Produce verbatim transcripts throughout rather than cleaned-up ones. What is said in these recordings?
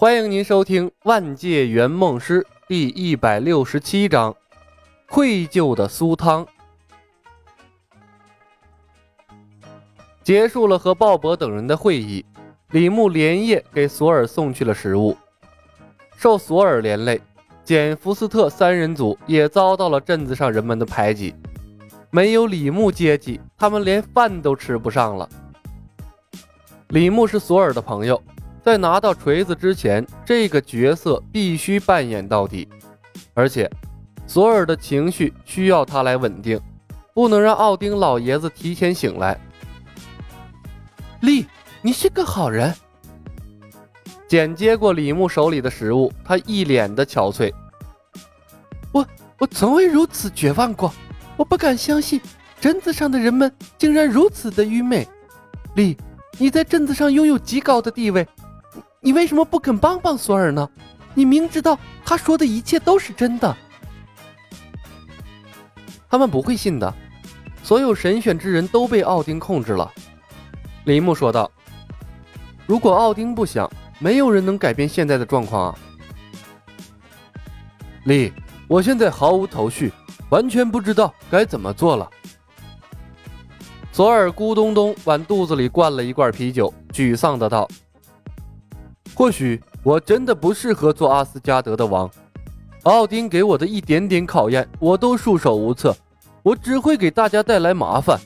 欢迎您收听《万界圆梦师》第一百六十七章愧疚的苏汤。结束了和鲍勃等人的会议，李牧连夜给索尔送去了食物。受索尔连累，简·福斯特三人组也遭到了镇子上人们的排挤。没有李牧接济，他们连饭都吃不上了。李牧是索尔的朋友，在拿到锤子之前，这个角色必须扮演到底。而且索尔的情绪需要他来稳定，不能让奥丁老爷子提前醒来。 利，你是个好人。 简接过李牧手里的食物，他一脸的憔悴。 我我从未如此绝望过，我不敢相信镇子上的人们竟然如此的愚昧。利，你在镇子上拥有极高的地位，你为什么不肯帮帮索尔呢？你明知道他说的一切都是真的。 他们不会信的，所有神选之人都被奥丁控制了。李牧说道，如果奥丁不想，没有人能改变现在的状况啊。 利，我现在毫无头绪，完全不知道该怎么做了。 索尔咕咚咚往肚子里灌了一罐啤酒，沮丧的道， 或许我真的不适合做阿斯加德的王，奥丁给我的一点点考验我都束手无策，我只会给大家带来麻烦。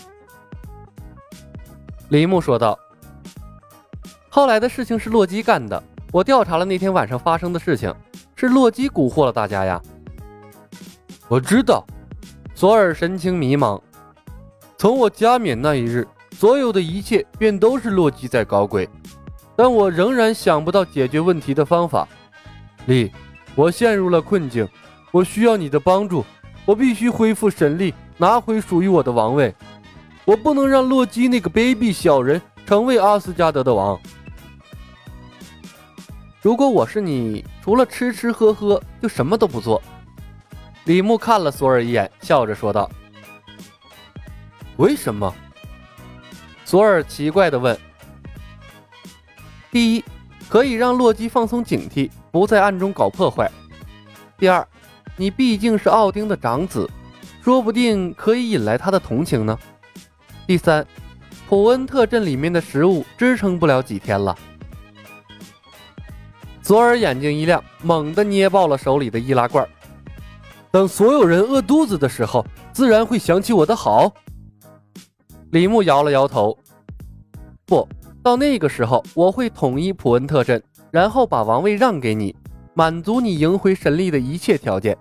李牧说道，后来的事情是洛基干的，我调查了那天晚上发生的事情，是洛基蛊惑了大家呀。 我知道。 索尔神情迷茫， 从我加冕那一日，所有的一切便都是洛基在搞鬼，但我仍然想不到解决问题的方法。利，我陷入了困境，我需要你的帮助，我必须恢复神力，拿回属于我的王位。我不能让洛基那个卑鄙小人成为阿斯加德的王。 如果我是你，除了吃吃喝喝就什么都不做。李牧看了索尔一眼，笑着说道。 为什么？ 索尔奇怪地问。第一，可以让洛基放松警惕，不在暗中搞破坏。第二，你毕竟是奥丁的长子，说不定可以引来他的同情呢。第三，普恩特镇里面的食物支撑不了几天了。索尔眼睛一亮，猛地捏爆了手里的易拉罐。 等所有人饿肚子的时候，自然会想起我的好。 李牧摇了摇头，不，到那个时候我会统一普恩特镇，然后把王位让给你，满足你赢回神力的一切条件。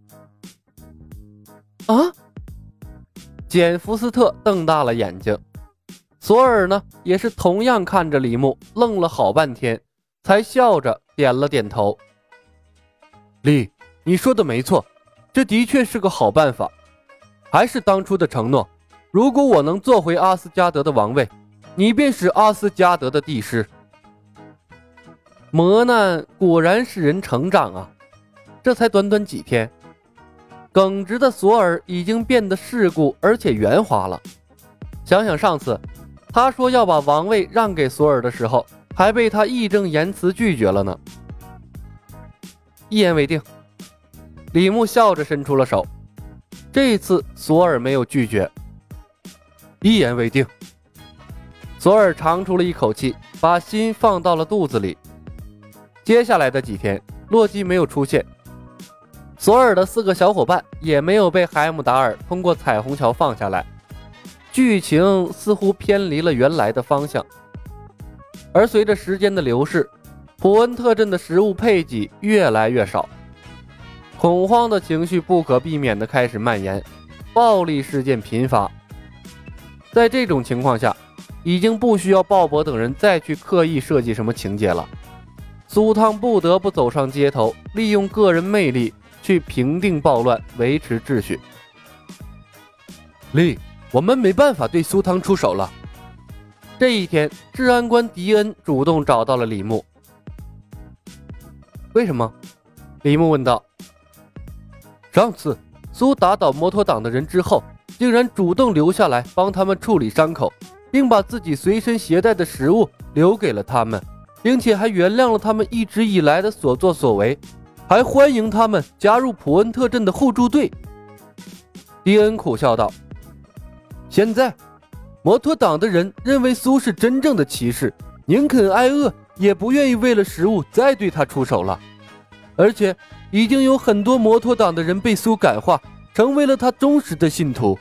啊！ 简·福斯特瞪大了眼睛，索尔呢也是同样看着李牧，愣了好半天，才笑着点了点头。 利，你说的没错，这的确是个好办法。还是当初的承诺，如果我能做回阿斯加德的王位，你便是阿斯加德的帝师。 磨难果然使人成长啊！这才短短几天，耿直的索尔已经变得世故而且圆滑了。想想上次他说要把王位让给索尔的时候，还被他义正言辞拒绝了呢。一言为定。李牧笑着伸出了手，这次索尔没有拒绝。 一言为定。 索尔长出了一口气，把心放到了肚子里。接下来的几天，洛基没有出现，索尔的四个小伙伴也没有被海姆达尔通过彩虹桥放下来，剧情似乎偏离了原来的方向。而随着时间的流逝，普恩特镇的食物配给越来越少，恐慌的情绪不可避免地开始蔓延，暴力事件频发。在这种情况下，已经不需要鲍勃等人再去刻意设计什么情节了。苏汤不得不走上街头，利用个人魅力去平定暴乱，维持秩序。 利，我们没办法对苏汤出手了。 这一天，治安官迪恩主动找到了李牧。为什么？李牧问道。 上次苏打倒摩托党的人之后，竟然主动留下来帮他们处理伤口，并把自己随身携带的食物留给了他们。 并且还原谅了他们一直以来的所作所为，还欢迎他们加入普恩特镇的互助队。迪恩苦笑道：现在摩托党的人认为苏是真正的骑士，宁肯挨饿也不愿意为了食物再对他出手了。而且已经有很多摩托党的人被苏感化，成为了他忠实的信徒。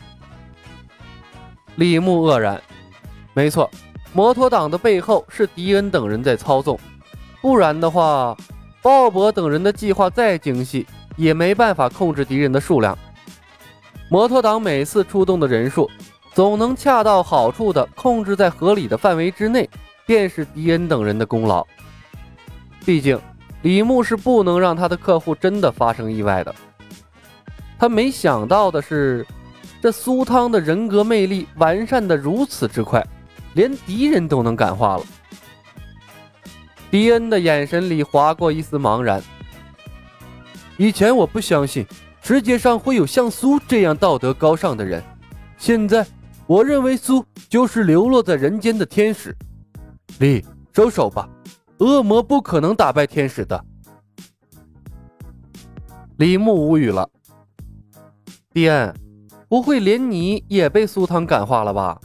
李牧愕然，没错，摩托党的背后是迪恩等人在操纵，不然的话，鲍勃等人的计划再精细，也没办法控制敌人的数量。摩托党每次出动的人数，总能恰到好处地控制在合理的范围之内，便是迪恩等人的功劳。毕竟李牧是不能让他的客户真的发生意外的。他没想到的是，这苏汤的人格魅力完善得如此之快，连敌人都能感化了。迪恩的眼神里划过一丝茫然。 以前我不相信世界上会有像苏这样道德高尚的人，现在我认为苏就是流落在人间的天使。李，收手吧，恶魔不可能打败天使的。 李牧无语了。迪恩，不会连你也被苏汤感化了吧？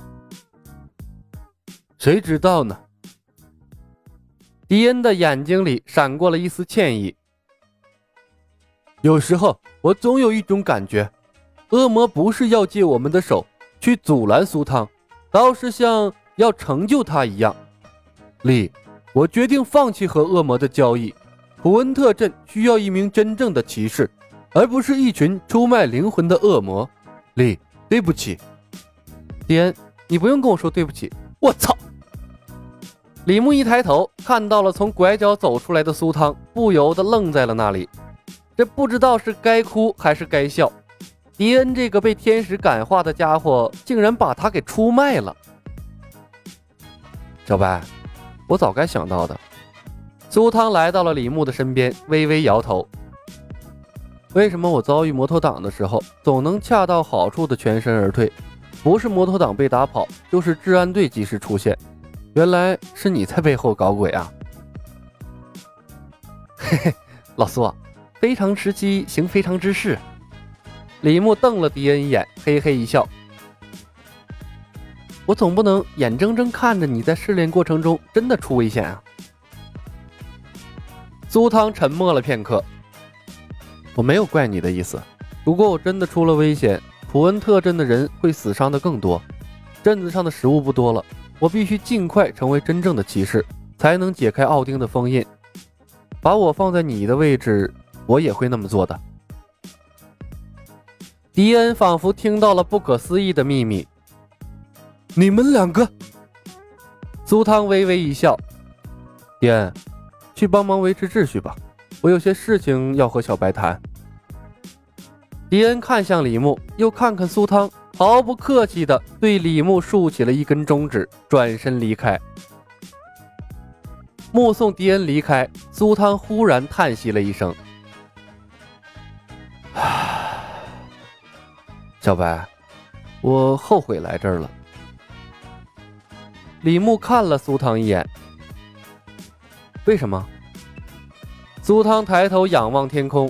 谁知道呢？ 迪恩的眼睛里闪过了一丝歉意。 有时候我总有一种感觉，恶魔不是要借我们的手去阻拦苏汤，倒是像要成就他一样。李，我决定放弃和恶魔的交易。普恩特镇需要一名真正的骑士，而不是一群出卖灵魂的恶魔。李，对不起。 迪恩，你不用跟我说对不起。 我操！ 李牧一抬头看到了从拐角走出来的苏汤，不由得愣在了那里。这不知道是该哭还是该笑。迪恩这个被天使感化的家伙竟然把他给出卖了。小白，我早该想到的。苏汤来到了李牧的身边，微微摇头。为什么我遭遇摩托党的时候总能恰到好处的全身而退？不是摩托党被打跑，就是治安队及时出现。原来是你在背后搞鬼啊！嘿嘿，老苏，非常时期行非常之事。李牧瞪了迪恩一眼，嘿嘿一笑。我总不能眼睁睁看着你在试炼过程中真的出危险啊！苏汤沉默了片刻。我没有怪你的意思，如果我真的出了危险，普恩特镇的人会死伤的更多，镇子上的食物不多了，我必须尽快成为真正的骑士，才能解开奥丁的封印。把我放在你的位置，我也会那么做的。迪恩仿佛听到了不可思议的秘密。 你们两个？ 苏汤微微一笑。迪恩，去帮忙维持秩序吧，我有些事情要和小白谈。迪恩看向李牧，又看看苏汤，毫不客气地对李牧竖起了一根中指，转身离开。目送迪恩离开，苏汤忽然叹息了一声：小白，我后悔来这儿了。李牧看了苏汤一眼。为什么？苏汤抬头仰望天空。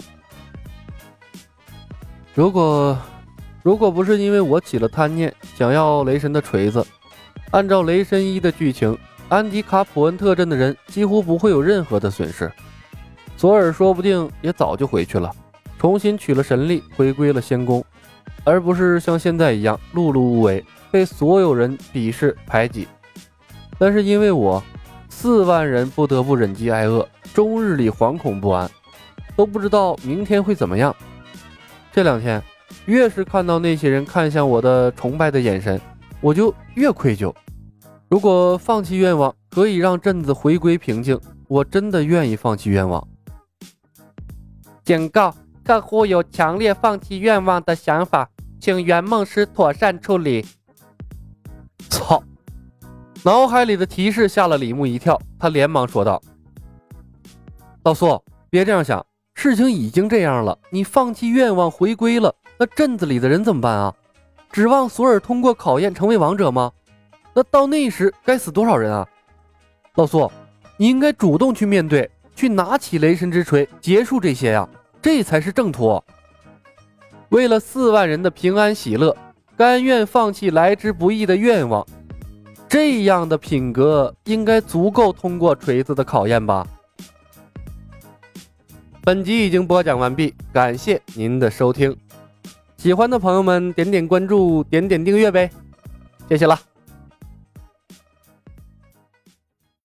如果如果不是因为我起了贪念，想要雷神的锤子，按照雷神一的剧情，安迪卡普恩特镇的人几乎不会有任何的损失。索尔说不定也早就回去了，重新取了神力，回归了仙宫，而不是像现在一样碌碌无为，被所有人鄙视排挤。但是因为我四万人不得不忍饥挨饿，终日里惶恐不安，都不知道明天会怎么样。这两天越是看到那些人看向我的崇拜的眼神，我就越愧疚。如果放弃愿望可以让镇子回归平静，我真的愿意放弃愿望。警告，客户有强烈放弃愿望的想法，请圆梦师妥善处理。操！脑海里的提示吓了李牧一跳，他连忙说道：老苏，别这样想，事情已经这样了，你放弃愿望回归了，那镇子里的人怎么办啊？指望索尔通过考验成为王者吗？那到那时该死多少人啊？老苏， 你应该主动去面对，去拿起雷神之锤，结束这些呀，这才是正途。为了四万人的平安喜乐，甘愿放弃来之不易的愿望，这样的品格应该足够通过锤子的考验吧。本集已经播讲完毕，感谢您的收听。喜欢的朋友们点点关注，点点订阅呗，谢谢了。